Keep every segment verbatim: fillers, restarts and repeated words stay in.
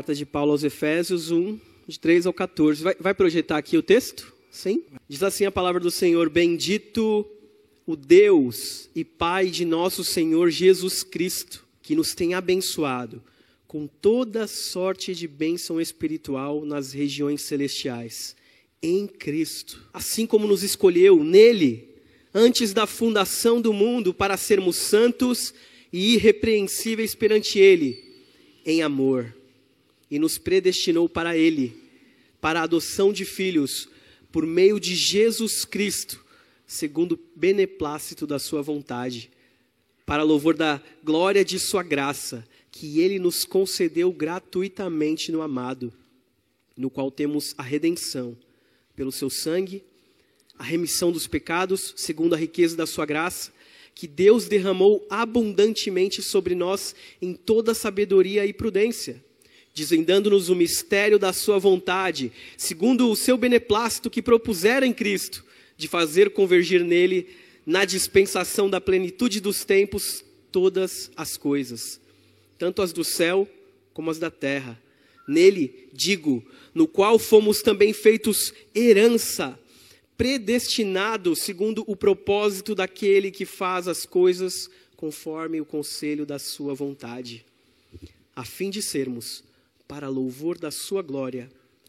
Carta de Paulo aos Efésios um, de três ao quatorze. Vai, vai projetar aqui o texto? Sim? Diz assim a palavra do Senhor: Bendito o Deus e Pai de nosso Senhor Jesus Cristo, que nos tem abençoado com toda sorte de bênção espiritual nas regiões celestiais, em Cristo. Assim como nos escolheu nele, antes da fundação do mundo, para sermos santos e irrepreensíveis perante ele, em amor. E nos predestinou para ele, para a adoção de filhos, por meio de Jesus Cristo, segundo o beneplácito da sua vontade, para louvor da glória de sua graça, que ele nos concedeu gratuitamente no amado, no qual temos a redenção, pelo seu sangue, a remissão dos pecados, segundo a riqueza da sua graça, que Deus derramou abundantemente sobre nós em toda sabedoria e prudência, desvendando-nos o mistério da sua vontade, segundo o seu beneplácito que propusera em Cristo, de fazer convergir nele, na dispensação da plenitude dos tempos, todas as coisas, tanto as do céu como as da terra. Nele, digo, no qual fomos também feitos herança, predestinados segundo o propósito daquele que faz as coisas conforme o conselho da sua vontade, a fim de sermos, para louvor da sua glória,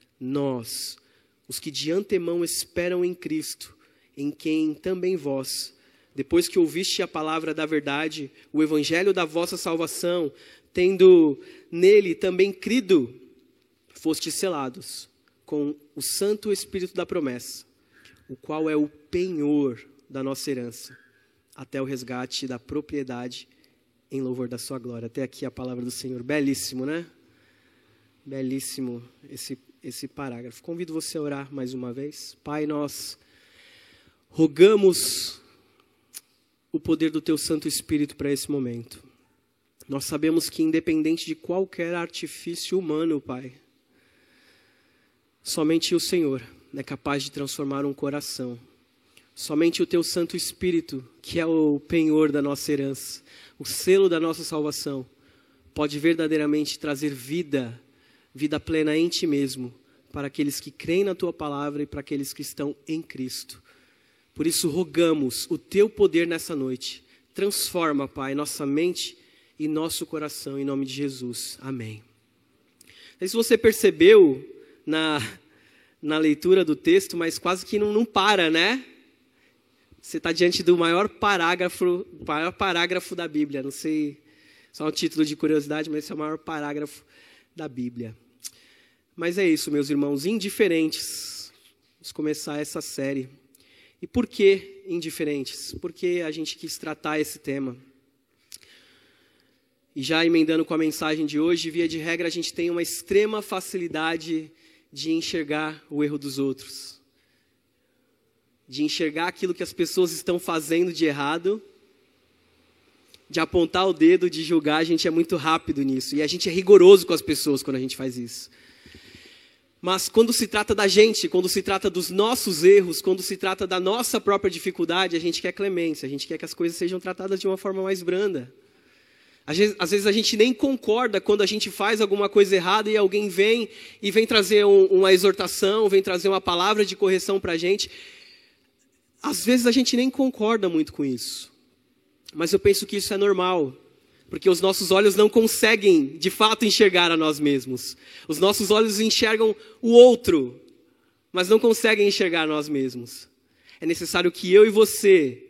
nós, os que de antemão esperam em Cristo, em quem também vós, depois que ouviste a palavra da verdade, o evangelho da vossa salvação, tendo nele também crido, fostes selados com o Santo Espírito da promessa, o qual é o penhor da nossa herança, até o resgate da propriedade em louvor da sua glória. Até aqui a palavra do Senhor. Belíssimo, né? Belíssimo esse, esse parágrafo. Convido você a orar mais uma vez. Pai, nós rogamos o poder do teu Santo Espírito para esse momento. Nós sabemos que, independente de qualquer artifício humano, Pai, somente o Senhor é capaz de transformar um coração. Somente o teu Santo Espírito, que é o penhor da nossa herança, o selo da nossa salvação, pode verdadeiramente trazer vida, vida plena em ti mesmo, para aqueles que creem na tua palavra e para aqueles que estão em Cristo. Por isso rogamos o teu poder nessa noite. Transforma, Pai, nossa mente e nosso coração, em nome de Jesus. Amém. Não sei se você percebeu na, na leitura do texto, mas quase que não, não para, né? Você está diante do maior parágrafo, maior parágrafo da Bíblia. Não sei, só um título de curiosidade, mas esse é o maior parágrafo da Bíblia. Mas é isso, meus irmãos, indiferentes. Vamos começar essa série. E por que indiferentes? Porque a gente quis tratar esse tema. E já emendando com a mensagem de hoje, via de regra, a gente tem uma extrema facilidade de enxergar o erro dos outros. De enxergar aquilo que as pessoas estão fazendo de errado. De apontar o dedo, de julgar, a gente é muito rápido nisso. E a gente é rigoroso com as pessoas quando a gente faz isso. Mas quando se trata da gente, quando se trata dos nossos erros, quando se trata da nossa própria dificuldade, a gente quer clemência, a gente quer que as coisas sejam tratadas de uma forma mais branda. Às vezes, às vezes a gente nem concorda quando a gente faz alguma coisa errada e alguém vem e vem trazer um, uma exortação, vem trazer uma palavra de correção para a gente. Às vezes a gente nem concorda muito com isso. Mas eu penso que isso é normal. Porque os nossos olhos não conseguem, de fato, enxergar a nós mesmos. Os nossos olhos enxergam o outro, mas não conseguem enxergar a nós mesmos. É necessário que eu e você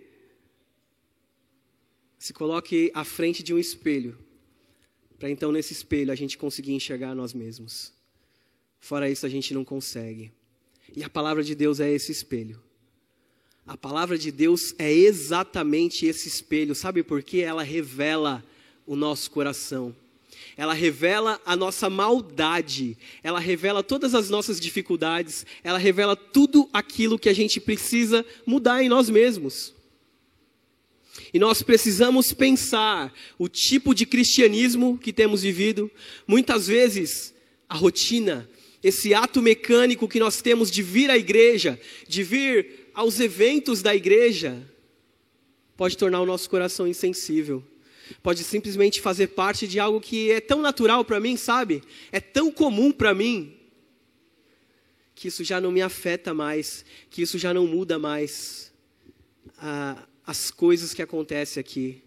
se coloque à frente de um espelho, para então, nesse espelho, a gente conseguir enxergar a nós mesmos. Fora isso, a gente não consegue. E a palavra de Deus é esse espelho. A palavra de Deus é exatamente esse espelho. Sabe por quê? Ela revela o nosso coração. Ela revela a nossa maldade. Ela revela todas as nossas dificuldades. Ela revela tudo aquilo que a gente precisa mudar em nós mesmos. E nós precisamos pensar o tipo de cristianismo que temos vivido. Muitas vezes, a rotina, esse ato mecânico que nós temos de vir à igreja, de vir aos eventos da igreja, pode tornar o nosso coração insensível. pode simplesmente fazer parte de algo que é tão natural para mim, sabe? É tão comum para mim, que isso já não me afeta mais, que isso já não muda mais ah, as coisas que acontecem aqui.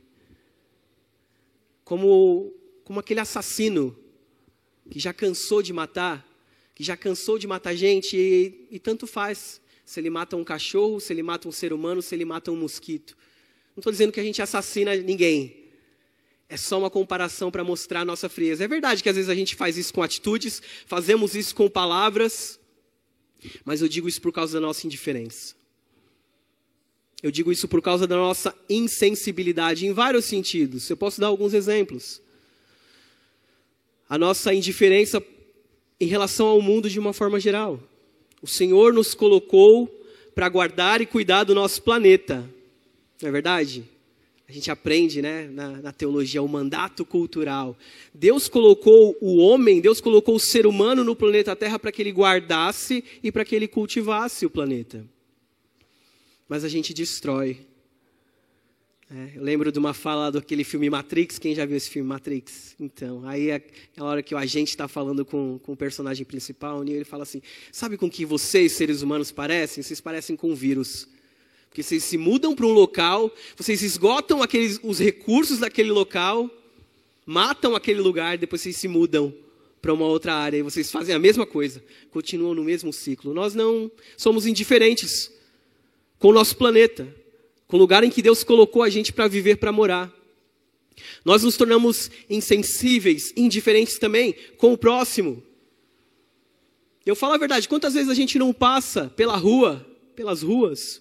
Como, como aquele assassino que já cansou de matar, que já cansou de matar gente e, e tanto faz se ele mata um cachorro, se ele mata um ser humano, se ele mata um mosquito. Não estou dizendo que a gente assassina ninguém. É só uma comparação para mostrar a nossa frieza. É verdade que às vezes a gente faz isso com atitudes, fazemos isso com palavras, mas eu digo isso por causa da nossa indiferença. Eu digo isso por causa da nossa insensibilidade em vários sentidos. Eu posso dar alguns exemplos. A nossa indiferença em relação ao mundo de uma forma geral. O Senhor nos colocou para guardar e cuidar do nosso planeta. Não é verdade? A gente aprende, né, na, na teologia, o mandato cultural. Deus colocou o homem, Deus colocou o ser humano no planeta Terra para que ele guardasse e para que ele cultivasse o planeta. Mas a gente destrói. É, eu lembro de uma fala daquele filme Matrix. Quem já viu esse filme Matrix? Então, aí é a hora que o agente está falando com, com o personagem principal, e ele fala assim, sabe com que vocês, seres humanos, parecem? Vocês parecem com um vírus. Porque vocês se mudam para um local, vocês esgotam aqueles, os recursos daquele local, matam aquele lugar, depois vocês se mudam para uma outra área, e vocês fazem a mesma coisa, continuam no mesmo ciclo. Nós não somos indiferentes com o nosso planeta, com o lugar em que Deus colocou a gente para viver, para morar. Nós nos tornamos insensíveis, indiferentes também com o próximo. Eu falo a verdade, quantas vezes a gente não passa pela rua, pelas ruas,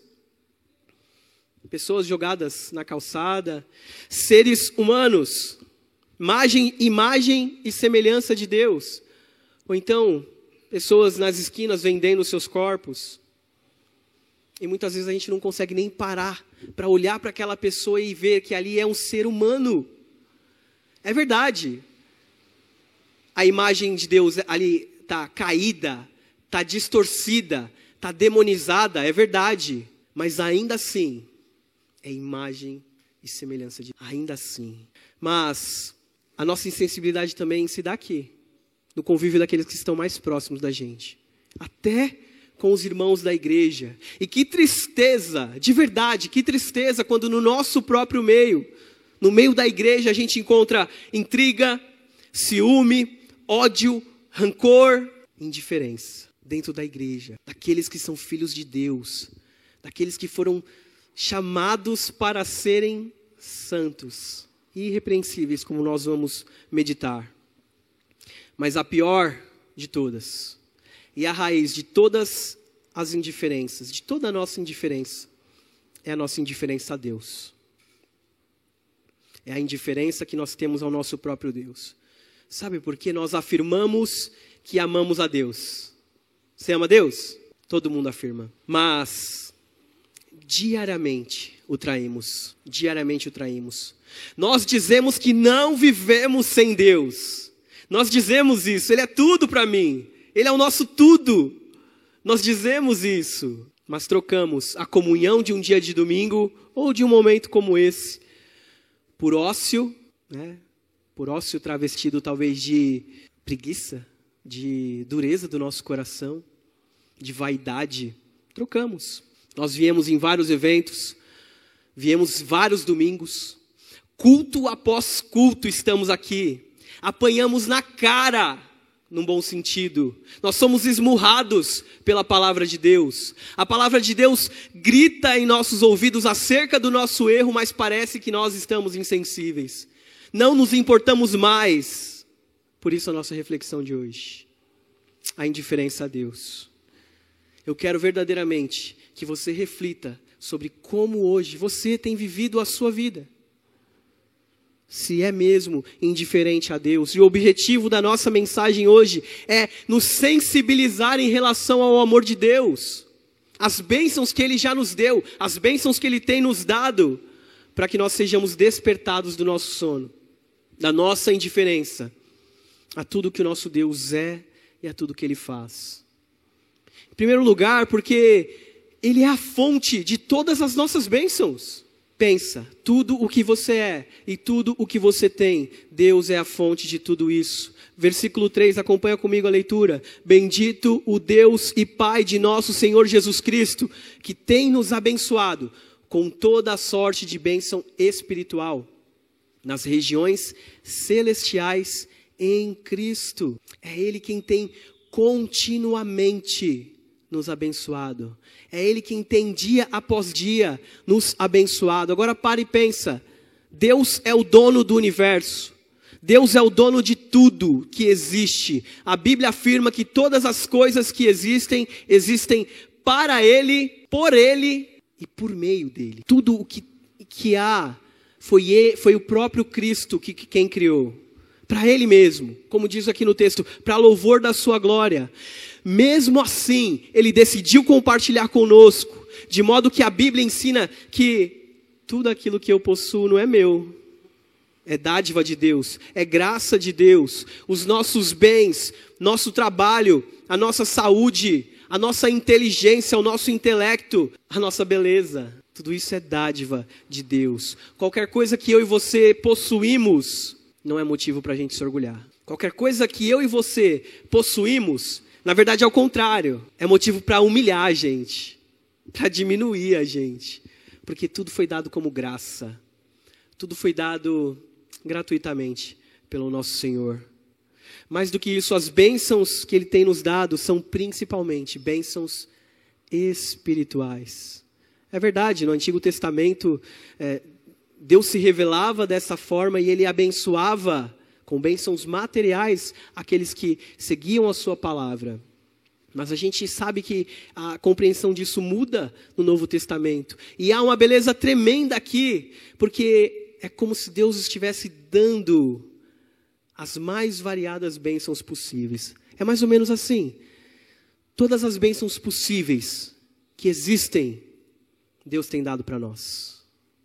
pessoas jogadas na calçada, seres humanos, imagem, imagem e semelhança de Deus, ou então pessoas nas esquinas vendendo seus corpos. E muitas vezes a gente não consegue nem parar para olhar para aquela pessoa e ver que ali é um ser humano. É verdade. A imagem de Deus ali está caída, está distorcida, está demonizada, é verdade. Mas ainda assim, é imagem e semelhança de Deus. Ainda assim. Mas a nossa insensibilidade também se dá aqui, no convívio daqueles que estão mais próximos da gente. Até com os irmãos da igreja. E que tristeza, de verdade, que tristeza quando no nosso próprio meio, no meio da igreja, a gente encontra intriga, ciúme, ódio, rancor, indiferença. Dentro da igreja, daqueles que são filhos de Deus, daqueles que foram chamados para serem santos e irrepreensíveis, como nós vamos meditar. Mas a pior de todas, e a raiz de todas as indiferenças, de toda a nossa indiferença, é a nossa indiferença a Deus. É a indiferença que nós temos ao nosso próprio Deus. Sabe por quê? Nós afirmamos que amamos a Deus. Você ama Deus? Todo mundo afirma. Mas, diariamente o traímos. Diariamente o traímos. Nós dizemos que não vivemos sem Deus. Nós dizemos isso. Ele é tudo para mim. Ele é o nosso tudo. Nós dizemos isso, mas trocamos a comunhão de um dia de domingo ou de um momento como esse por ócio, né? Por ócio travestido talvez de preguiça, de dureza do nosso coração, de vaidade. Trocamos. Nós viemos em vários eventos, viemos vários domingos, culto após culto estamos aqui, apanhamos na cara, num bom sentido. Nós somos esmurrados pela palavra de Deus. A palavra de Deus grita em nossos ouvidos acerca do nosso erro, mas parece que nós estamos insensíveis. Não nos importamos mais. Por isso a nossa reflexão de hoje. A indiferença a Deus. Eu quero verdadeiramente que você reflita sobre como hoje você tem vivido a sua vida. Se é mesmo indiferente a Deus. E o objetivo da nossa mensagem hoje é nos sensibilizar em relação ao amor de Deus. As bênçãos que Ele já nos deu, as bênçãos que Ele tem nos dado, para que nós sejamos despertados do nosso sono, da nossa indiferença a tudo que o nosso Deus é e a tudo que Ele faz. Em primeiro lugar, porque Ele é a fonte de todas as nossas bênçãos. Pensa, tudo o que você é e tudo o que você tem, Deus é a fonte de tudo isso. Versículo três, acompanha comigo a leitura. Bendito o Deus e Pai de nosso Senhor Jesus Cristo, que tem nos abençoado com toda a sorte de bênção espiritual nas regiões celestiais em Cristo. É Ele quem tem continuamente nos abençoado. É Ele quem tem dia após dia nos abençoado. Agora para e pensa. Deus é o dono do universo. Deus é o dono de tudo que existe. A Bíblia afirma que todas as coisas que existem, existem para Ele, por Ele e por meio dEle. Tudo o que, que há foi, ele, foi o próprio Cristo que, que quem criou. Para Ele mesmo, como diz aqui no texto, para louvor da sua glória. Mesmo assim, Ele decidiu compartilhar conosco, de modo que a Bíblia ensina que tudo aquilo que eu possuo não é meu, é dádiva de Deus, é graça de Deus. Os nossos bens, nosso trabalho, a nossa saúde, a nossa inteligência, o nosso intelecto, a nossa beleza, tudo isso é dádiva de Deus. Qualquer coisa que eu e você possuímos, não é motivo para a gente se orgulhar. Qualquer coisa que eu e você possuímos, na verdade é o contrário, é motivo para humilhar a gente, para diminuir a gente, porque tudo foi dado como graça, tudo foi dado gratuitamente pelo nosso Senhor. Mais do que isso, as bênçãos que Ele tem nos dado são principalmente bênçãos espirituais. É verdade, no Antigo Testamento, é, Deus se revelava dessa forma e Ele abençoava com bênçãos materiais aqueles que seguiam a sua palavra. Mas a gente sabe que a compreensão disso muda no Novo Testamento. E há uma beleza tremenda aqui, porque é como se Deus estivesse dando as mais variadas bênçãos possíveis. É mais ou menos assim. Todas as bênçãos possíveis que existem, Deus tem dado para nós.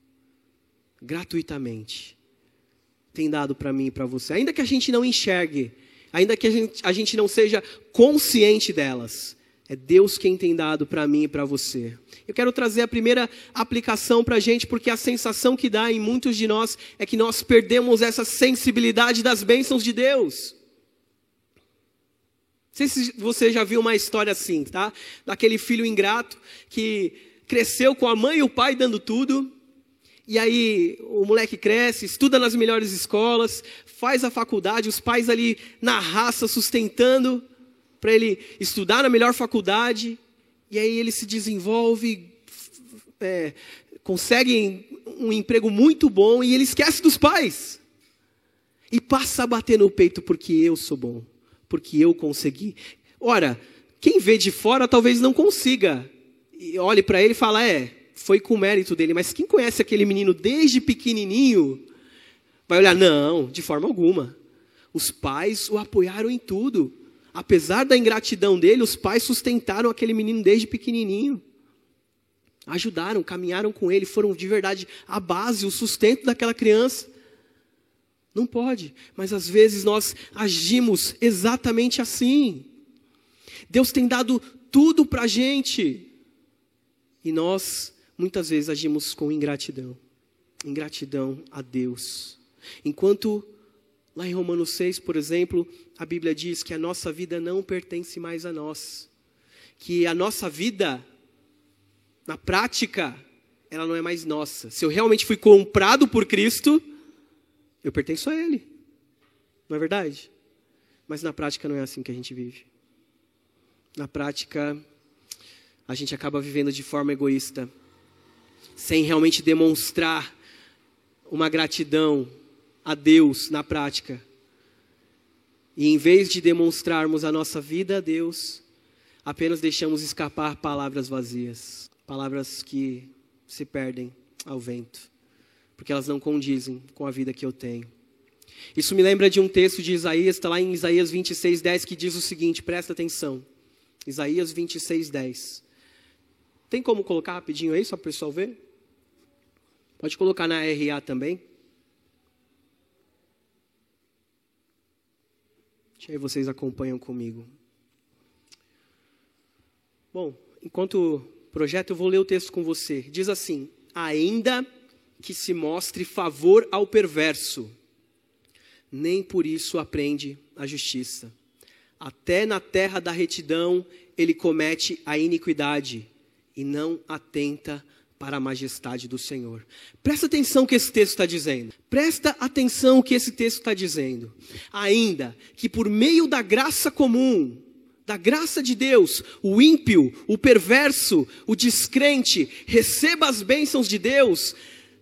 Gratuitamente. Tem dado para mim e para você. Ainda que a gente não enxergue, ainda que a gente, a gente não seja consciente delas, é Deus quem tem dado para mim e para você. Eu quero trazer a primeira aplicação para a gente, porque a sensação que dá em muitos de nós é que nós perdemos essa sensibilidade das bênçãos de Deus. Não sei se você já viu uma história assim, tá? Daquele filho ingrato que cresceu com a mãe e o pai dando tudo. E aí o moleque cresce, estuda nas melhores escolas, faz a faculdade, os pais ali na raça sustentando para ele estudar na melhor faculdade. E aí ele se desenvolve, é, consegue um emprego muito bom e ele esquece dos pais. E passa a bater no peito porque eu sou bom, porque eu consegui. Ora, quem vê de fora talvez não consiga. E olhe para ele e fala, é... foi com o mérito dele, mas quem conhece aquele menino desde pequenininho, vai olhar, não, de forma alguma. Os pais o apoiaram em tudo. Apesar da ingratidão dele, os pais sustentaram aquele menino desde pequenininho. Ajudaram, caminharam com ele, foram de verdade a base, o sustento daquela criança. Não pode, mas às vezes nós agimos exatamente assim. Deus tem dado tudo para a gente. E nós... muitas vezes agimos com ingratidão, ingratidão a Deus. Enquanto lá em Romanos seis, por exemplo, a Bíblia diz que a nossa vida não pertence mais a nós. Que a nossa vida, na prática, ela não é mais nossa. Se eu realmente fui comprado por Cristo, eu pertenço a Ele. Não é verdade? Mas na prática não é assim que a gente vive. Na prática, a gente acaba vivendo de forma egoísta, sem realmente demonstrar uma gratidão a Deus na prática. E em vez de demonstrarmos a nossa vida a Deus, apenas deixamos escapar palavras vazias. Palavras que se perdem ao vento, porque elas não condizem com a vida que eu tenho. Isso me lembra de um texto de Isaías, está lá em Isaías vinte e seis, dez, que diz o seguinte, presta atenção. Isaías vinte e seis, dez. Tem como colocar rapidinho aí, só para o pessoal ver? Pode colocar na R A também. Aí vocês acompanham comigo. Bom, enquanto projeto, eu vou ler o texto com você. Diz assim, ainda que se mostre favor ao perverso, nem por isso aprende a justiça. Até na terra da retidão ele comete a iniquidade e não atenta para a majestade do Senhor. Presta atenção o que esse texto está dizendo. Presta atenção o que esse texto está dizendo. Ainda que por meio da graça comum, da graça de Deus, o ímpio, o perverso, o descrente, receba as bênçãos de Deus,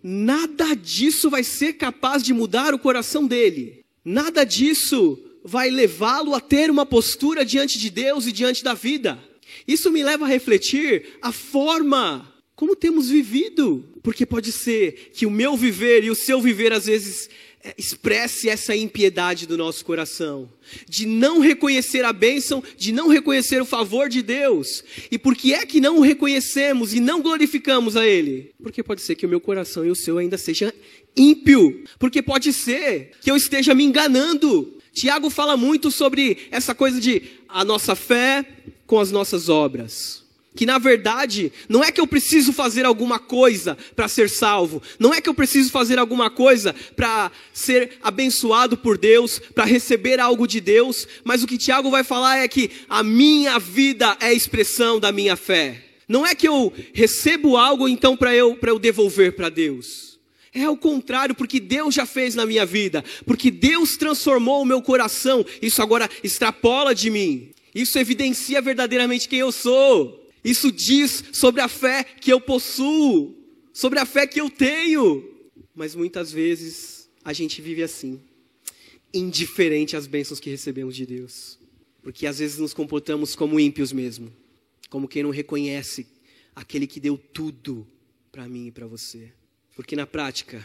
nada disso vai ser capaz de mudar o coração dele. Nada disso vai levá-lo a ter uma postura diante de Deus e diante da vida. Isso me leva a refletir a forma como temos vivido. Porque pode ser que o meu viver e o seu viver às vezes é, expresse essa impiedade do nosso coração. De não reconhecer a bênção, de não reconhecer o favor de Deus. E por que é que não o reconhecemos e não glorificamos a Ele? Porque pode ser que o meu coração e o seu ainda seja ímpio. Porque pode ser que eu esteja me enganando. Tiago fala muito sobre essa coisa de a nossa fé com as nossas obras. Que na verdade, não é que eu preciso fazer alguma coisa para ser salvo. Não é que eu preciso fazer alguma coisa para ser abençoado por Deus, para receber algo de Deus. Mas o que Tiago vai falar é que a minha vida é a expressão da minha fé. Não é que eu recebo algo então para eu, para eu devolver para Deus. É o contrário, porque Deus já fez na minha vida. Porque Deus transformou o meu coração. Isso agora extrapola de mim. Isso evidencia verdadeiramente quem eu sou. Isso diz sobre a fé que eu possuo, sobre a fé que eu tenho. Mas muitas vezes a gente vive assim, indiferente às bênçãos que recebemos de Deus. Porque às vezes nos comportamos como ímpios mesmo, como quem não reconhece aquele que deu tudo para mim e para você. Porque na prática,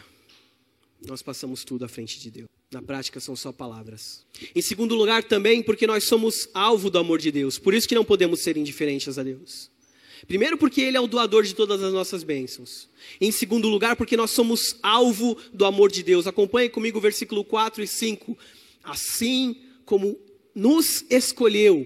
nós passamos tudo à frente de Deus. Na prática são só palavras. Em segundo lugar também, porque nós somos alvo do amor de Deus. Por isso que não podemos ser indiferentes a Deus. Primeiro porque Ele é o doador de todas as nossas bênçãos. Em segundo lugar porque nós somos alvo do amor de Deus. Acompanhe comigo o versículo quatro e cinco. Assim como nos escolheu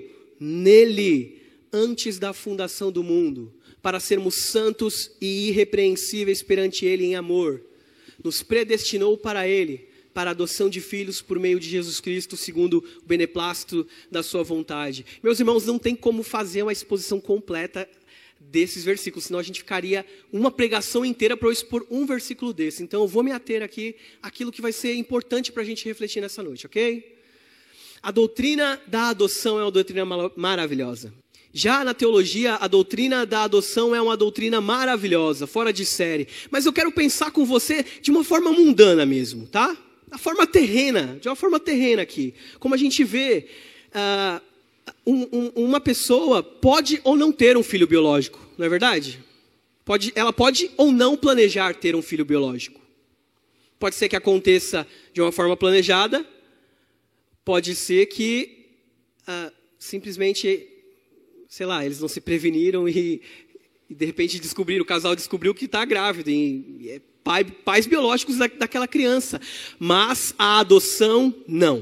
nele antes da fundação do mundo, para sermos santos e irrepreensíveis perante Ele em amor, nos predestinou para Ele, para a adoção de filhos por meio de Jesus Cristo, segundo o beneplácito da sua vontade. Meus irmãos, não tem como fazer uma exposição completa desses versículos, senão a gente ficaria uma pregação inteira para eu expor um versículo desse. Então eu vou me ater aqui àquilo que vai ser importante para a gente refletir nessa noite, ok? A doutrina da adoção é uma doutrina maravilhosa. Já na teologia, a doutrina da adoção é uma doutrina maravilhosa, fora de série. Mas eu quero pensar com você de uma forma mundana mesmo, tá? Da forma terrena, de uma forma terrena aqui. Como a gente vê, uh, um, um, uma pessoa pode ou não ter um filho biológico, não é verdade? Pode, ela pode ou não planejar ter um filho biológico. Pode ser que aconteça de uma forma planejada, pode ser que uh, simplesmente, sei lá, eles não se preveniram e, e de repente descobriram, o casal descobriu que está grávido, e, e é pai, pais biológicos da, daquela criança. Mas a adoção, não.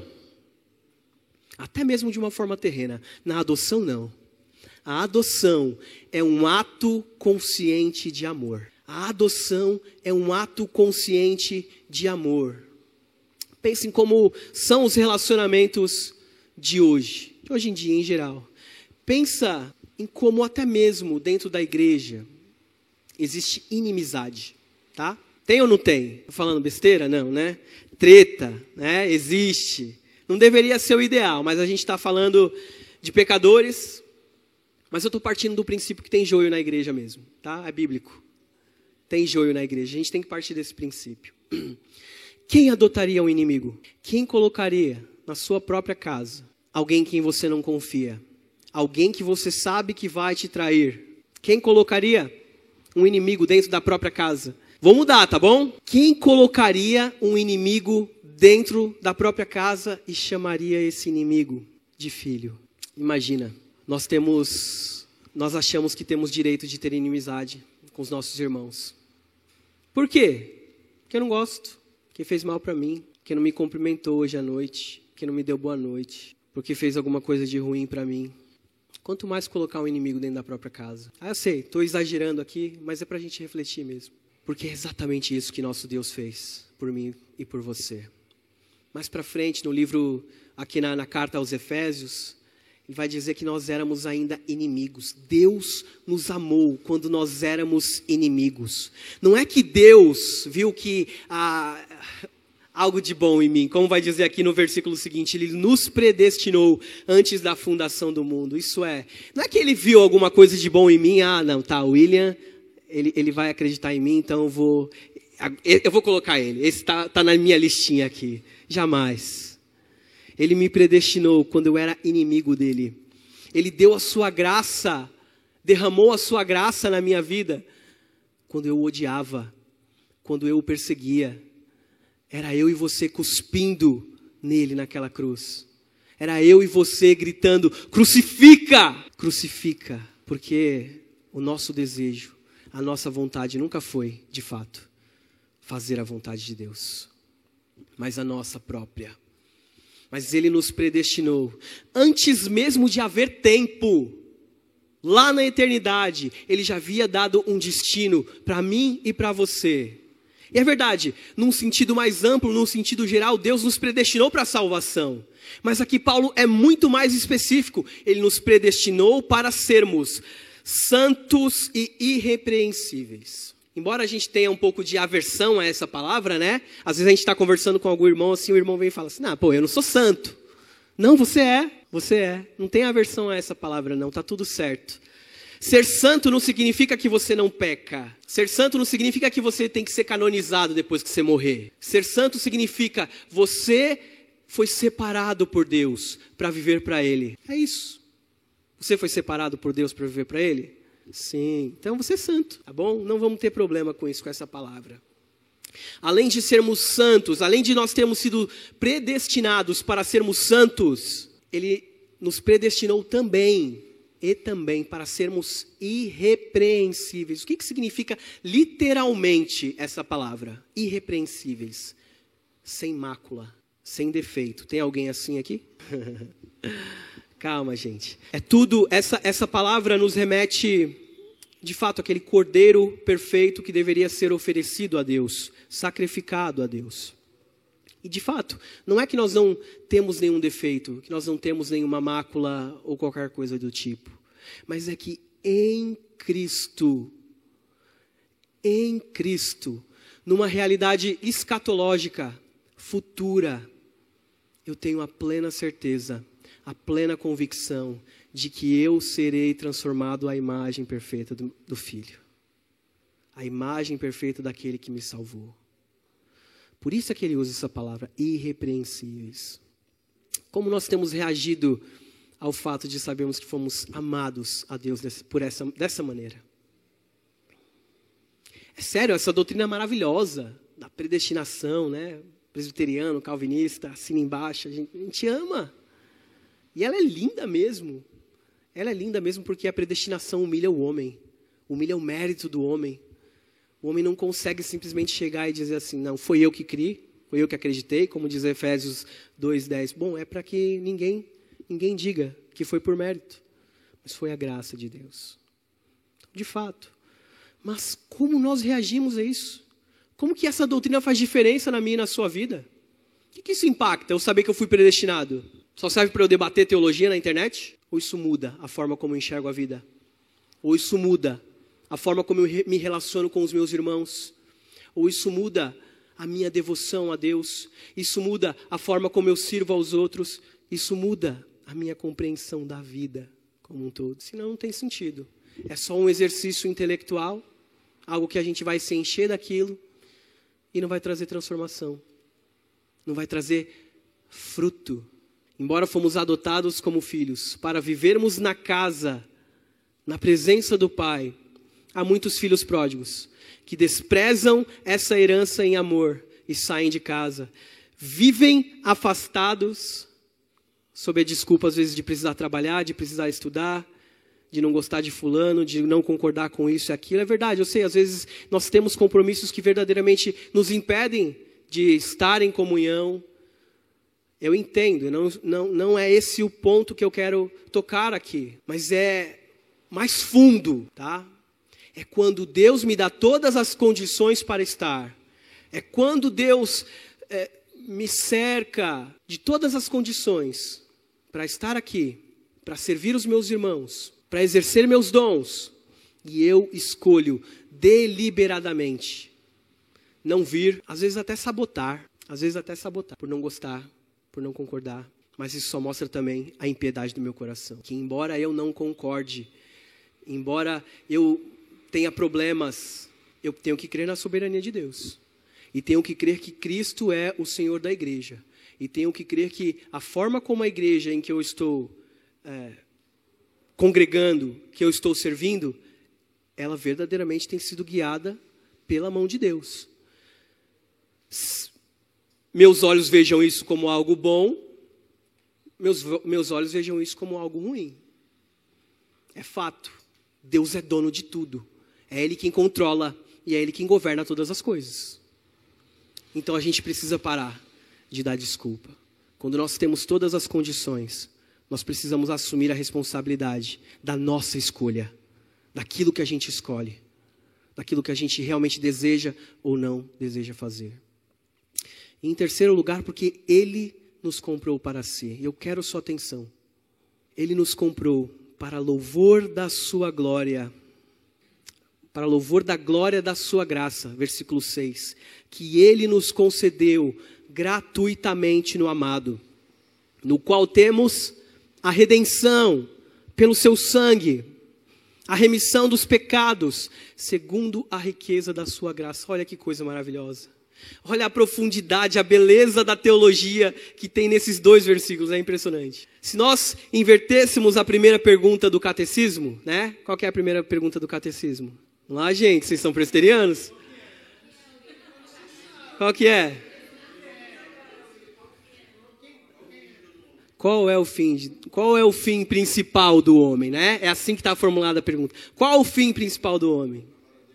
Até mesmo de uma forma terrena. Na adoção, não. A adoção é um ato consciente de amor. A adoção é um ato consciente de amor. Pensem como são os relacionamentos de hoje, de hoje em dia em geral. Pensa em como até mesmo dentro da igreja existe inimizade, tá? Tem ou não tem? Tô falando besteira? Não, né? Treta, né? Existe. Não deveria ser o ideal, mas a gente está falando de pecadores, mas eu estou partindo do princípio que tem joio na igreja mesmo, tá? É bíblico. Tem joio na igreja, a gente tem que partir desse princípio. Quem adotaria um inimigo? Quem colocaria na sua própria casa alguém em quem você não confia? Alguém que você sabe que vai te trair? Quem colocaria um inimigo dentro da própria casa? Vou mudar, tá bom? Quem colocaria um inimigo dentro da própria casa e chamaria esse inimigo de filho? Imagina, nós temos, nós achamos que temos direito de ter inimizade com os nossos irmãos. Por quê? Porque eu não gosto, porque fez mal para mim, porque não me cumprimentou hoje à noite, porque não me deu boa noite, porque fez alguma coisa de ruim para mim. Quanto mais colocar um inimigo dentro da própria casa. Ah, eu sei, estou exagerando aqui, mas é para a gente refletir mesmo. Porque é exatamente isso que nosso Deus fez por mim e por você. Mais para frente, no livro, aqui na, na carta aos Efésios, ele vai dizer que nós éramos ainda inimigos. Deus nos amou quando nós éramos inimigos. Não é que Deus viu que ah, algo de bom em mim, como vai dizer aqui no versículo seguinte, Ele nos predestinou antes da fundação do mundo. Isso é, não é que Ele viu alguma coisa de bom em mim, ah não, tá, o William, ele, ele vai acreditar em mim, então eu vou, eu vou colocar ele, esse está tá na minha listinha aqui. Jamais. Ele me predestinou quando eu era inimigo dele. Ele deu a sua graça, derramou a sua graça na minha vida, quando eu o odiava, quando eu o perseguia. Era eu e você cuspindo nele naquela cruz. Era eu e você gritando, crucifica! Crucifica, porque o nosso desejo, a nossa vontade nunca foi, de fato, fazer a vontade de Deus, mas a nossa própria. Mas Ele nos predestinou, antes mesmo de haver tempo, lá na eternidade, Ele já havia dado um destino para mim e para você. E é verdade, num sentido mais amplo, num sentido geral, Deus nos predestinou para a salvação. Mas aqui Paulo é muito mais específico. Ele nos predestinou para sermos santos e irrepreensíveis. Embora a gente tenha um pouco de aversão a essa palavra, né? Às vezes a gente está conversando com algum irmão assim, o irmão vem e fala assim, não, pô, eu não sou santo. Não, você é, você é. Não tem aversão a essa palavra não, tá tudo certo. Ser santo não significa que você não peca. Ser santo não significa que você tem que ser canonizado depois que você morrer. Ser santo significa você foi separado por Deus para viver para Ele. É isso. Você foi separado por Deus para viver para Ele? Sim. Então você é santo, tá bom? Não vamos ter problema com isso, com essa palavra. Além de sermos santos, além de nós termos sido predestinados para sermos santos, Ele nos predestinou também, e também para sermos irrepreensíveis. O que, que significa literalmente essa palavra? Irrepreensíveis. Sem mácula, sem defeito. Tem alguém assim aqui? Calma, gente. É tudo, essa, essa palavra nos remete, de fato, àquele cordeiro perfeito que deveria ser oferecido a Deus, sacrificado a Deus. E de fato, não é que nós não temos nenhum defeito, que nós não temos nenhuma mácula ou qualquer coisa do tipo. Mas é que em Cristo, em Cristo, numa realidade escatológica, futura, eu tenho a plena certeza, a plena convicção de que eu serei transformado à imagem perfeita do, do Filho. A imagem perfeita daquele que me salvou. Por isso é que ele usa essa palavra, irrepreensíveis. Como nós temos reagido ao fato de sabermos que fomos amados a Deus desse, por essa, dessa maneira? É sério, essa doutrina é maravilhosa, da predestinação, né? Presbiteriano, calvinista, assina embaixo, a gente, a gente ama. E ela é linda mesmo. Ela é linda mesmo porque a predestinação humilha o homem, humilha o mérito do homem. O homem não consegue simplesmente chegar e dizer assim, não, foi eu que criei, foi eu que acreditei, como diz Efésios dois, dez. Bom, é para que ninguém, ninguém diga que foi por mérito, mas foi a graça de Deus. De fato. Mas como nós reagimos a isso? Como que essa doutrina faz diferença na minha e na sua vida? O que, que isso impacta, eu saber que eu fui predestinado? Só serve para eu debater teologia na internet? Ou isso muda a forma como eu enxergo a vida? Ou isso muda a forma como eu me relaciono com os meus irmãos? Ou isso muda a minha devoção a Deus? Isso muda a forma como eu sirvo aos outros? Isso muda a minha compreensão da vida como um todo? Senão não tem sentido. É só um exercício intelectual, algo que a gente vai se encher daquilo e não vai trazer transformação. Não vai trazer fruto. Embora fomos adotados como filhos para vivermos na casa, na presença do Pai, há muitos filhos pródigos que desprezam essa herança em amor e saem de casa. Vivem afastados, sob a desculpa às vezes de precisar trabalhar, de precisar estudar, de não gostar de fulano, de não concordar com isso e aquilo. É verdade, eu sei, às vezes nós temos compromissos que verdadeiramente nos impedem de estar em comunhão. Eu entendo, não, não, não é esse o ponto que eu quero tocar aqui, mas é mais fundo, tá? É quando Deus me dá todas as condições para estar. É quando Deus é, me cerca de todas as condições para estar aqui, para servir os meus irmãos, para exercer meus dons. E eu escolho deliberadamente não vir, às vezes até sabotar, às vezes até sabotar, por não gostar, por não concordar. Mas isso só mostra também a impiedade do meu coração. Que embora eu não concorde, embora eu tenha problemas, eu tenho que crer na soberania de Deus. E tenho que crer que Cristo é o Senhor da igreja. E tenho que crer que a forma como a igreja em que eu estou é, congregando, que eu estou servindo, ela verdadeiramente tem sido guiada pela mão de Deus. Meus olhos vejam isso como algo bom, meus, meus olhos vejam isso como algo ruim. É fato. Deus é dono de tudo. É Ele quem controla e é Ele quem governa todas as coisas. Então a gente precisa parar de dar desculpa. Quando nós temos todas as condições, nós precisamos assumir a responsabilidade da nossa escolha, daquilo que a gente escolhe, daquilo que a gente realmente deseja ou não deseja fazer. E em terceiro lugar, porque Ele nos comprou para si. Eu quero sua atenção. Ele nos comprou para louvor da sua glória, para louvor da glória da sua graça, versículo seis, que Ele nos concedeu gratuitamente no amado, no qual temos a redenção pelo seu sangue, a remissão dos pecados, segundo a riqueza da sua graça. Olha que coisa maravilhosa. Olha a profundidade, a beleza da teologia que tem nesses dois versículos, é impressionante. Se nós invertêssemos a primeira pergunta do catecismo, né? Qual que é a primeira pergunta do catecismo? Vamos lá, gente, vocês são presbiterianos? Qual que é? Qual é o fim, de, qual é o fim principal do homem, né? É assim que está formulada a pergunta. Qual o fim principal do homem?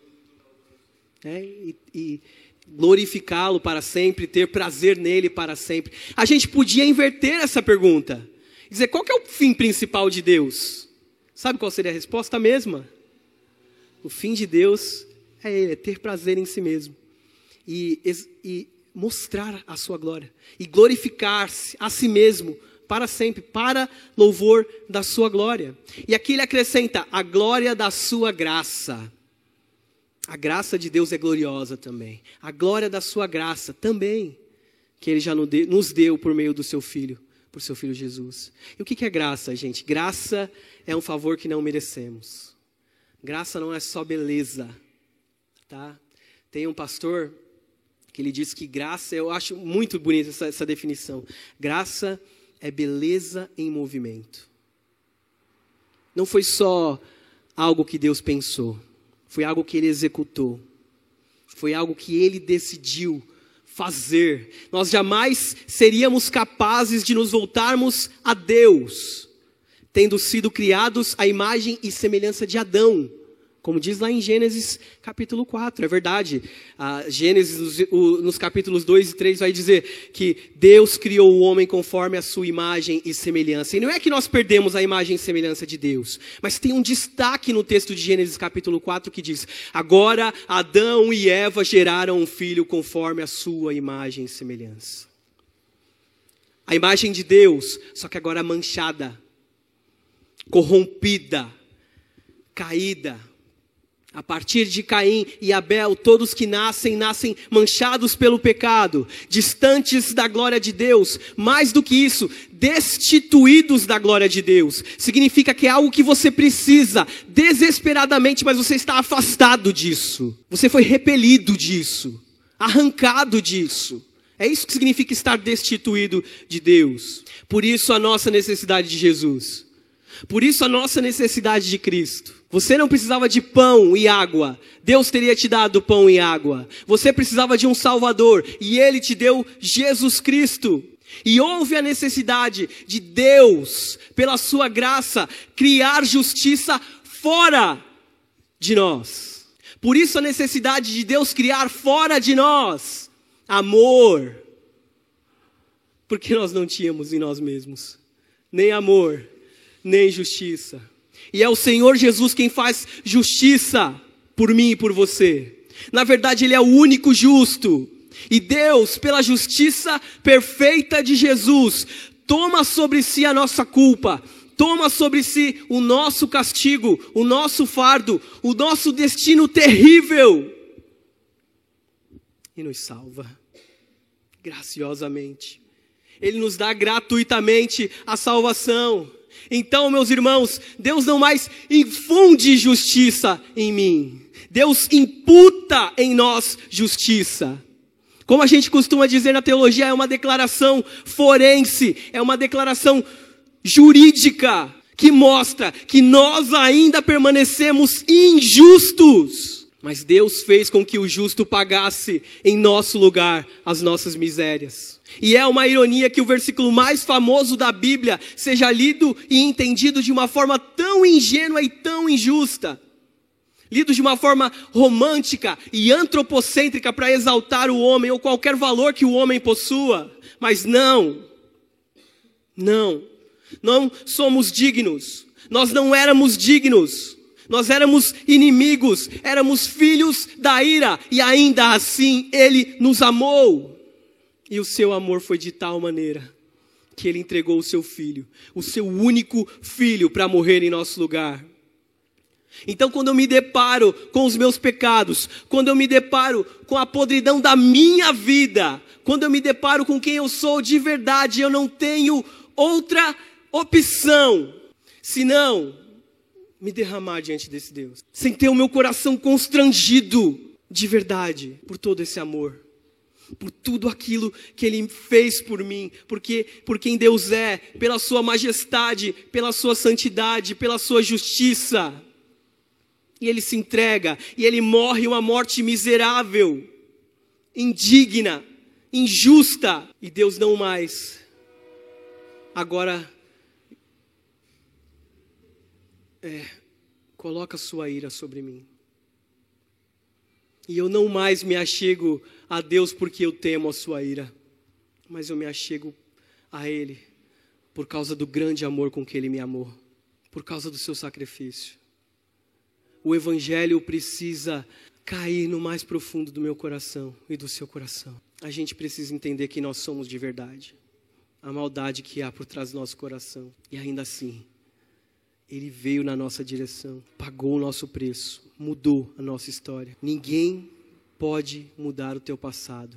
É, e... e glorificá-lo para sempre, ter prazer nele para sempre. A gente podia inverter essa pergunta. Dizer, qual que é o fim principal de Deus? Sabe qual seria a resposta? A mesma. O fim de Deus é ele, é ter prazer em si mesmo. E, e mostrar a sua glória. E glorificar-se a si mesmo para sempre, para louvor da sua glória. E aqui ele acrescenta, a glória da sua graça. A graça de Deus é gloriosa também. A glória da sua graça também, que Ele já nos deu por meio do seu Filho, por seu Filho Jesus. E o que é graça, gente? Graça é um favor que não merecemos. Graça não é só beleza, tá? Tem um pastor que ele diz que graça, eu acho muito bonita essa, essa definição. Graça é beleza em movimento. Não foi só algo que Deus pensou. Foi algo que Ele executou. Foi algo que Ele decidiu fazer. Nós jamais seríamos capazes de nos voltarmos a Deus, tendo sido criados à imagem e semelhança de Adão. Como diz lá em Gênesis capítulo quatro, é verdade. Ah, Gênesis nos, o, nos capítulos dois e três vai dizer que Deus criou o homem conforme a sua imagem e semelhança. E não é que nós perdemos a imagem e semelhança de Deus, mas tem um destaque no texto de Gênesis capítulo quatro que diz, agora Adão e Eva geraram um filho conforme a sua imagem e semelhança. A imagem de Deus, só que agora manchada, corrompida, caída. A partir de Caim e Abel, todos que nascem, nascem manchados pelo pecado, distantes da glória de Deus. Mais do que isso, destituídos da glória de Deus. Significa que é algo que você precisa desesperadamente, mas você está afastado disso. Você foi repelido disso, arrancado disso. É isso que significa estar destituído de Deus. Por isso a nossa necessidade de Jesus. Por isso a nossa necessidade de Cristo. Você não precisava de pão e água. Deus teria te dado pão e água. Você precisava de um Salvador. E Ele te deu Jesus Cristo. E houve a necessidade de Deus, pela sua graça, criar justiça fora de nós. Por isso a necessidade de Deus criar fora de nós amor. Porque nós não tínhamos em nós mesmos nem amor, nem justiça. E é o Senhor Jesus quem faz justiça por mim e por você. Na verdade, ele é o único justo. E Deus, pela justiça perfeita de Jesus, toma sobre si a nossa culpa, toma sobre si o nosso castigo, o nosso fardo, o nosso destino terrível. E nos salva, graciosamente. Ele nos dá gratuitamente a salvação. Então, meus irmãos, Deus não mais infunde justiça em mim. Deus imputa em nós justiça. Como a gente costuma dizer na teologia, é uma declaração forense, é uma declaração jurídica, que mostra que nós ainda permanecemos injustos. Mas Deus fez com que o justo pagasse em nosso lugar as nossas misérias. E é uma ironia que o versículo mais famoso da Bíblia seja lido e entendido de uma forma tão ingênua e tão injusta. Lido de uma forma romântica e antropocêntrica para exaltar o homem ou qualquer valor que o homem possua. Mas não, não, não somos dignos. Nós não éramos dignos. Nós éramos inimigos, éramos filhos da ira e ainda assim Ele nos amou. E o seu amor foi de tal maneira que Ele entregou o seu filho, o seu único filho, para morrer em nosso lugar. Então, quando eu me deparo com os meus pecados, quando eu me deparo com a podridão da minha vida, quando eu me deparo com quem eu sou de verdade, eu não tenho outra opção senão me derramar diante desse Deus, sem ter o meu coração constrangido de verdade por todo esse amor, por tudo aquilo que Ele fez por mim, porque, por quem Deus é, pela sua majestade, pela sua santidade, pela sua justiça. E Ele se entrega, e Ele morre uma morte miserável, indigna, injusta. E Deus não mais, agora, é, coloca sua ira sobre mim. E eu não mais me achego a Deus porque eu temo a sua ira, mas eu me achego a Ele por causa do grande amor com que Ele me amou, por causa do seu sacrifício. O Evangelho precisa cair no mais profundo do meu coração e do seu coração. A gente precisa entender que nós somos de verdade. A maldade que há por trás do nosso coração. E ainda assim, Ele veio na nossa direção, pagou o nosso preço, mudou a nossa história. Ninguém pode mudar o teu passado.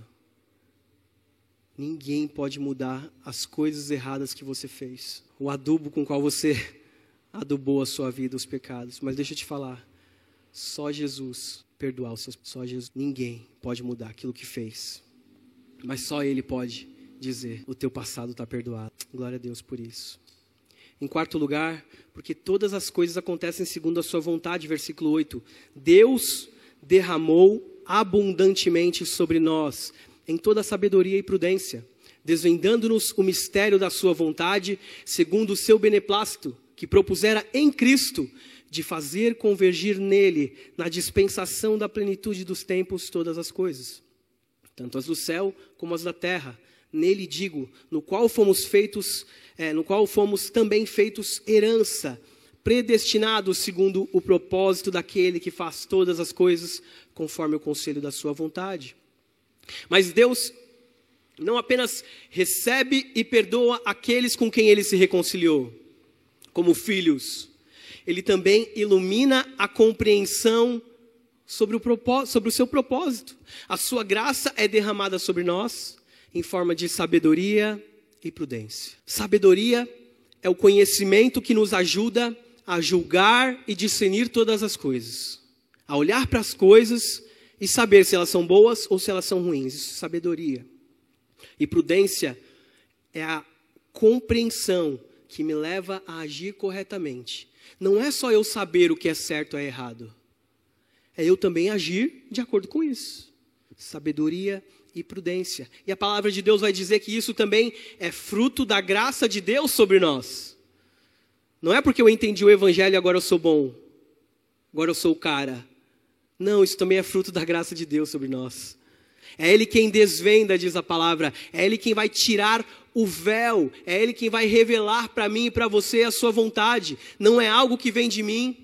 Ninguém pode mudar as coisas erradas que você fez. O adubo com o qual você adubou a sua vida, os pecados. Mas deixa eu te falar. Só Jesus perdoar os seus... Só Jesus. Ninguém pode mudar aquilo que fez. Mas só Ele pode dizer, o teu passado está perdoado. Glória a Deus por isso. Em quarto lugar, porque todas as coisas acontecem segundo a sua vontade. Versículo oito. Deus derramou abundantemente sobre nós, em toda sabedoria e prudência, desvendando-nos o mistério da sua vontade, segundo o seu beneplácito, que propusera em Cristo, de fazer convergir nele, na dispensação da plenitude dos tempos, todas as coisas, tanto as do céu como as da terra. Nele digo, no qual fomos feitos, é, no qual fomos também feitos herança, predestinados segundo o propósito daquele que faz todas as coisas conforme o conselho da sua vontade. Mas Deus não apenas recebe e perdoa aqueles com quem Ele se reconciliou, como filhos. Ele também ilumina a compreensão sobre o, propósito, sobre o seu propósito. A sua graça é derramada sobre nós em forma de sabedoria e prudência. Sabedoria é o conhecimento que nos ajuda a julgar e discernir todas as coisas. A olhar para as coisas e saber se elas são boas ou se elas são ruins. Isso é sabedoria. E prudência é a compreensão que me leva a agir corretamente. Não é só eu saber o que é certo ou é errado. É eu também agir de acordo com isso. Sabedoria e prudência. E a palavra de Deus vai dizer que isso também é fruto da graça de Deus sobre nós. Não é porque eu entendi o Evangelho e agora eu sou bom. Agora eu sou o cara. Não, isso também é fruto da graça de Deus sobre nós. É Ele quem desvenda, diz a palavra. É Ele quem vai tirar o véu. É Ele quem vai revelar para mim e para você a sua vontade. Não é algo que vem de mim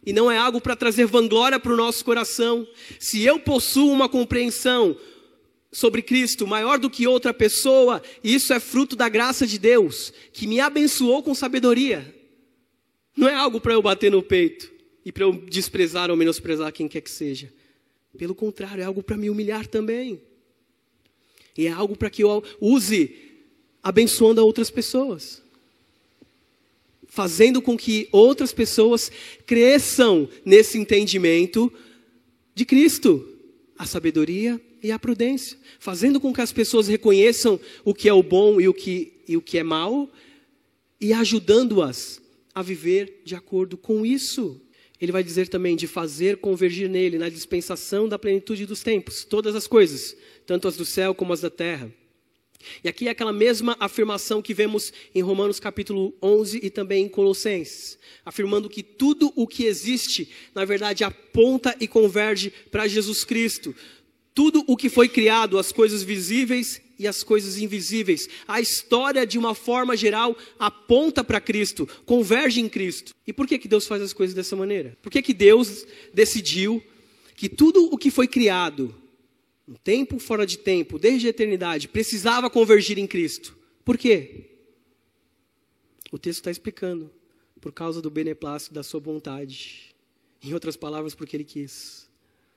e não é algo para trazer vanglória para o nosso coração. Se eu possuo uma compreensão sobre Cristo maior do que outra pessoa, isso é fruto da graça de Deus, que me abençoou com sabedoria. Não é algo para eu bater no peito e para eu desprezar ou menosprezar quem quer que seja. Pelo contrário, é algo para me humilhar também. E é algo para que eu use abençoando a outras pessoas. Fazendo com que outras pessoas cresçam nesse entendimento de Cristo. A sabedoria e a prudência. Fazendo com que as pessoas reconheçam o que é o bom e o que, e o que é mal. E ajudando-as a viver de acordo com isso. Ele vai dizer também de fazer convergir nele, na dispensação da plenitude dos tempos, todas as coisas, tanto as do céu como as da terra. E aqui é aquela mesma afirmação que vemos em Romanos capítulo onze e também em Colossenses, afirmando que tudo o que existe, na verdade, aponta e converge para Jesus Cristo. Tudo o que foi criado, as coisas visíveis e as coisas invisíveis, a história de uma forma geral aponta para Cristo, converge em Cristo. E por que que Deus faz as coisas dessa maneira? Por que que Deus decidiu que tudo o que foi criado, um tempo fora de tempo, desde a eternidade, precisava convergir em Cristo? Por quê? O texto está explicando. Por causa do beneplácito da sua vontade. Em outras palavras, porque Ele quis.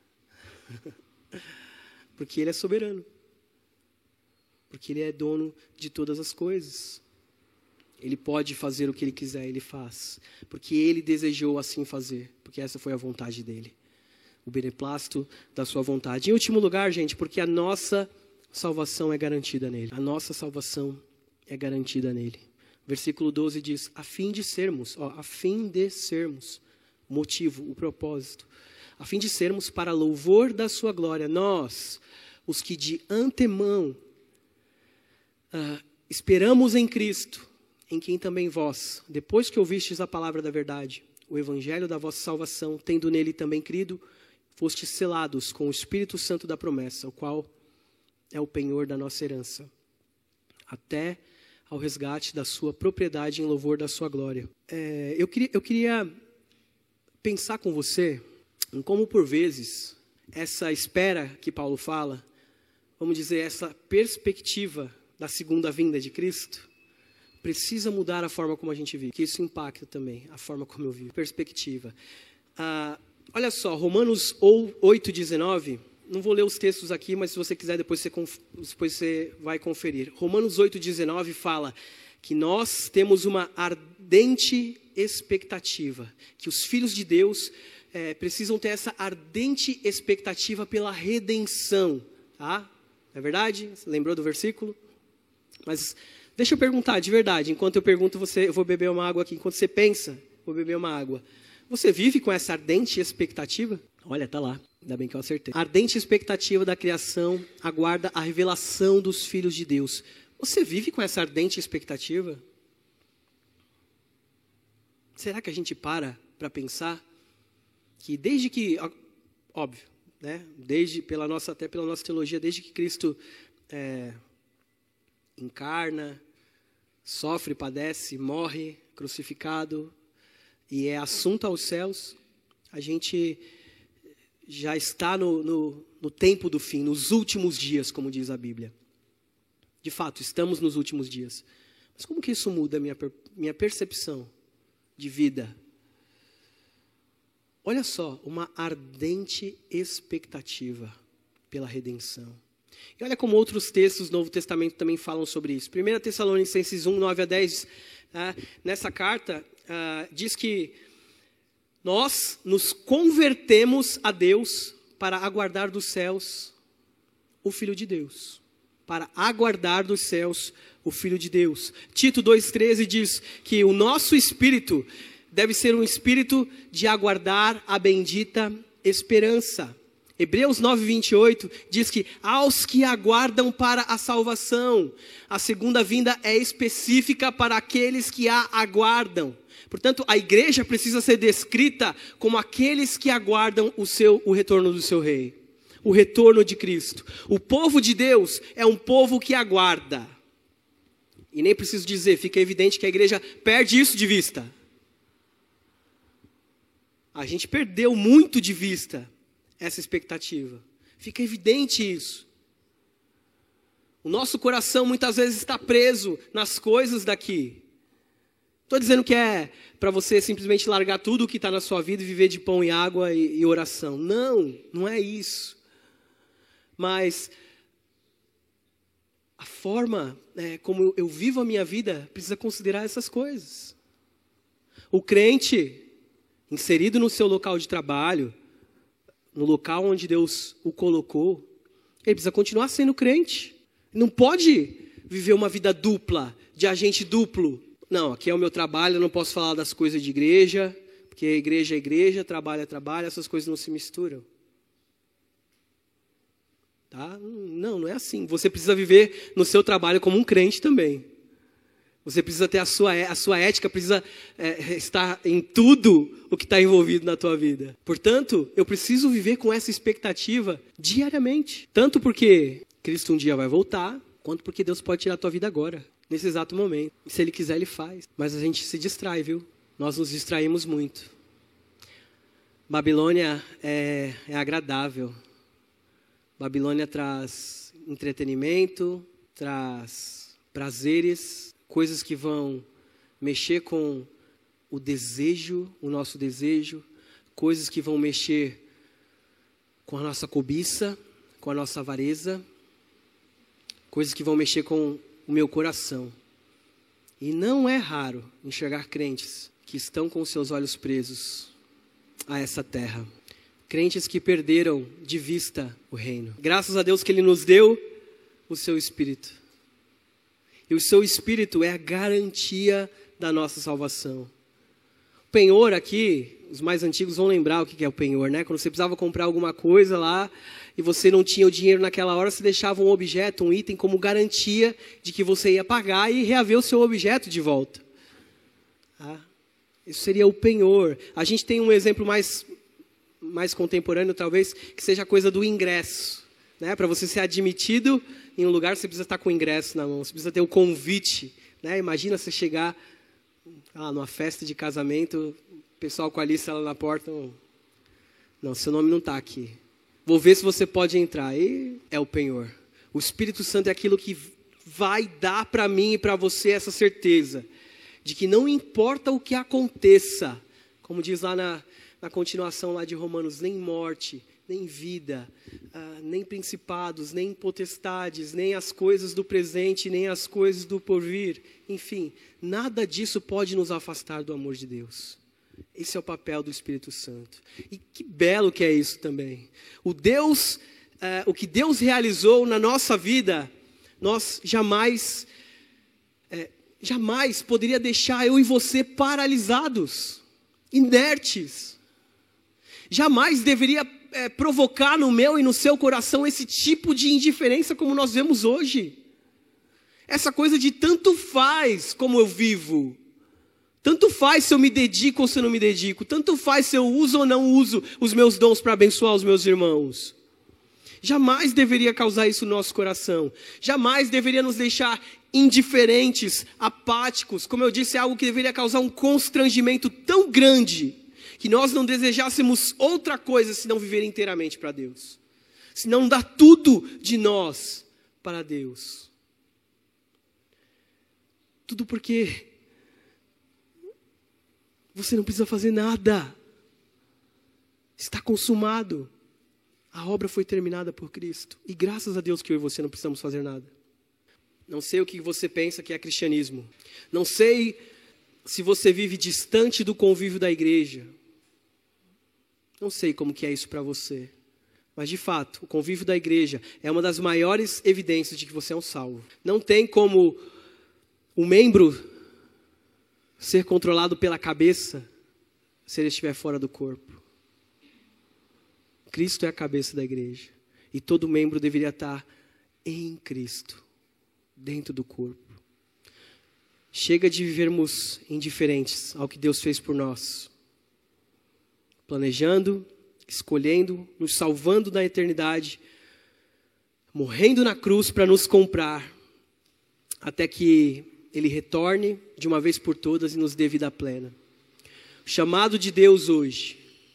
Porque Ele é soberano. Porque Ele é dono de todas as coisas. Ele pode fazer o que Ele quiser, Ele faz. Porque Ele desejou assim fazer. Porque essa foi a vontade dEle. O beneplácito da sua vontade. Em último lugar, gente, porque a nossa salvação é garantida nele. A nossa salvação é garantida nele. Versículo doze diz, a fim de sermos, ó, a fim de sermos, o motivo, o propósito, a fim de sermos para louvor da sua glória, nós, os que de antemão uh, esperamos em Cristo, em quem também vós, depois que ouvistes a palavra da verdade, o evangelho da vossa salvação, tendo nele também crido, fostes selados com o Espírito Santo da promessa, o qual é o penhor da nossa herança, até ao resgate da sua propriedade em louvor da sua glória. É, eu, queria, eu queria pensar com você em como, por vezes, essa espera que Paulo fala, vamos dizer, essa perspectiva da segunda vinda de Cristo, precisa mudar a forma como a gente vive, que isso impacta também a forma como eu vivo. Perspectiva. Ah, olha só, Romanos oito, dezenove, não vou ler os textos aqui, mas se você quiser depois você, depois você vai conferir. Romanos oito, dezenove fala que nós temos uma ardente expectativa, que os filhos de Deus é, precisam ter essa ardente expectativa pela redenção. Tá? Não é verdade? Você lembrou do versículo? Mas deixa eu perguntar de verdade, enquanto eu pergunto, você, eu vou beber uma água aqui, enquanto você pensa, vou beber uma água. Você vive com essa ardente expectativa? Olha, tá lá. Ainda bem que eu acertei. A ardente expectativa da criação aguarda a revelação dos filhos de Deus. Você vive com essa ardente expectativa? Será que a gente para para pensar que desde que, óbvio, né? Desde pela nossa até pela nossa teologia, desde que Cristo é, encarna, sofre, padece, morre, crucificado e é assunto aos céus, a gente já está no, no, no tempo do fim, nos últimos dias, como diz a Bíblia. De fato, estamos nos últimos dias. Mas como que isso muda a minha, minha percepção de vida? Olha só, uma ardente expectativa pela redenção. E olha como outros textos do Novo Testamento também falam sobre isso. primeira Tessalonicenses um, nove a dez, ah, nessa carta, ah, diz que nós nos convertemos a Deus para aguardar dos céus o Filho de Deus. Para aguardar dos céus o Filho de Deus. Tito dois, treze diz que o nosso espírito deve ser um espírito de aguardar a bendita esperança. Hebreus nove, vinte e oito diz que aos que aguardam para a salvação, a segunda vinda é específica para aqueles que a aguardam. Portanto, a igreja precisa ser descrita como aqueles que aguardam o, seu, o retorno do seu rei. O retorno de Cristo. O povo de Deus é um povo que aguarda. E nem preciso dizer, fica evidente que a igreja perde isso de vista. A gente perdeu muito de vista essa expectativa. Fica evidente isso. O nosso coração muitas vezes está preso nas coisas daqui. Estou dizendo que é para você simplesmente largar tudo o que está na sua vida e viver de pão e água e, e oração. Não, não é isso. Mas a forma é, como eu vivo a minha vida precisa considerar essas coisas. O crente, inserido no seu local de trabalho, no local onde Deus o colocou, ele precisa continuar sendo crente. Não pode viver uma vida dupla, de agente duplo. Não, aqui é o meu trabalho, eu não posso falar das coisas de igreja, porque igreja é igreja, trabalho é trabalho, essas coisas não se misturam. Tá? Não, não é assim. Você precisa viver no seu trabalho como um crente também. Você precisa ter a sua, a sua ética, precisa é, estar em tudo o que está envolvido na tua vida. Portanto, eu preciso viver com essa expectativa diariamente. Tanto porque Cristo um dia vai voltar, quanto porque Deus pode tirar a tua vida agora, nesse exato momento. E se Ele quiser, Ele faz. Mas a gente se distrai, viu? Nós nos distraímos muito. Babilônia é, é agradável. Babilônia traz entretenimento, traz prazeres, coisas que vão mexer com o desejo, o nosso desejo, coisas que vão mexer com a nossa cobiça, com a nossa avareza, coisas que vão mexer com o meu coração. E não é raro enxergar crentes que estão com seus olhos presos a essa terra. Crentes que perderam de vista o reino. Graças a Deus que Ele nos deu o seu Espírito. E o seu Espírito é a garantia da nossa salvação. O penhor aqui, os mais antigos vão lembrar o que é o penhor, né? Quando você precisava comprar alguma coisa lá e você não tinha o dinheiro naquela hora, você deixava um objeto, um item como garantia de que você ia pagar e reaver o seu objeto de volta. Ah, isso seria o penhor. A gente tem um exemplo mais... mais contemporâneo, talvez, que seja a coisa do ingresso. Né? Para você ser admitido em um lugar, você precisa estar com o ingresso na mão, você precisa ter o convite. Né? Imagina você chegar ah, numa festa de casamento, o pessoal com a lista lá na porta, não, não seu nome não está aqui. Vou ver se você pode entrar. E é o penhor. O Espírito Santo é aquilo que vai dar para mim e para você essa certeza de que não importa o que aconteça, como diz lá na Na continuação lá de Romanos, nem morte, nem vida, uh, nem principados, nem potestades, nem as coisas do presente, nem as coisas do porvir. Enfim, nada disso pode nos afastar do amor de Deus. Esse é o papel do Espírito Santo. E que belo que é isso também. O Deus, uh, o que Deus realizou na nossa vida, nós jamais, uh, jamais poderia deixar eu e você paralisados, inertes. Jamais deveria é, provocar no meu e no seu coração esse tipo de indiferença como nós vemos hoje. Essa coisa de tanto faz como eu vivo. Tanto faz se eu me dedico ou se eu não me dedico. Tanto faz se eu uso ou não uso os meus dons para abençoar os meus irmãos. Jamais deveria causar isso no nosso coração. Jamais deveria nos deixar indiferentes, apáticos. Como eu disse, é algo que deveria causar um constrangimento tão grande que nós não desejássemos outra coisa senão viver inteiramente para Deus. Senão dar tudo de nós para Deus. Tudo porque você não precisa fazer nada. Está consumado. A obra foi terminada por Cristo. E graças a Deus que eu e você não precisamos fazer nada. Não sei o que você pensa que é cristianismo. Não sei se você vive distante do convívio da igreja. Não sei como que é isso para você. Mas de fato, o convívio da igreja é uma das maiores evidências de que você é um salvo. Não tem como o membro ser controlado pela cabeça se ele estiver fora do corpo. Cristo é a cabeça da igreja. E todo membro deveria estar em Cristo, dentro do corpo. Chega de vivermos indiferentes ao que Deus fez por nós. Planejando, escolhendo, nos salvando da eternidade, morrendo na cruz para nos comprar, até que Ele retorne de uma vez por todas e nos dê vida plena. O chamado de Deus hoje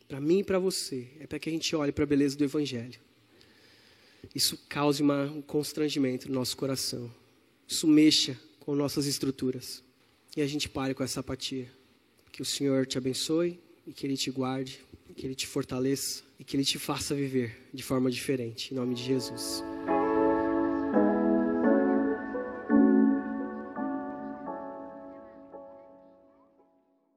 para mim e para você, é para que a gente olhe para a beleza do Evangelho. Isso cause uma, um constrangimento no nosso coração. Isso mexa com nossas estruturas. E a gente pare com essa apatia. Que o Senhor te abençoe e que Ele te guarde, que Ele te fortaleça e que Ele te faça viver de forma diferente. Em nome de Jesus.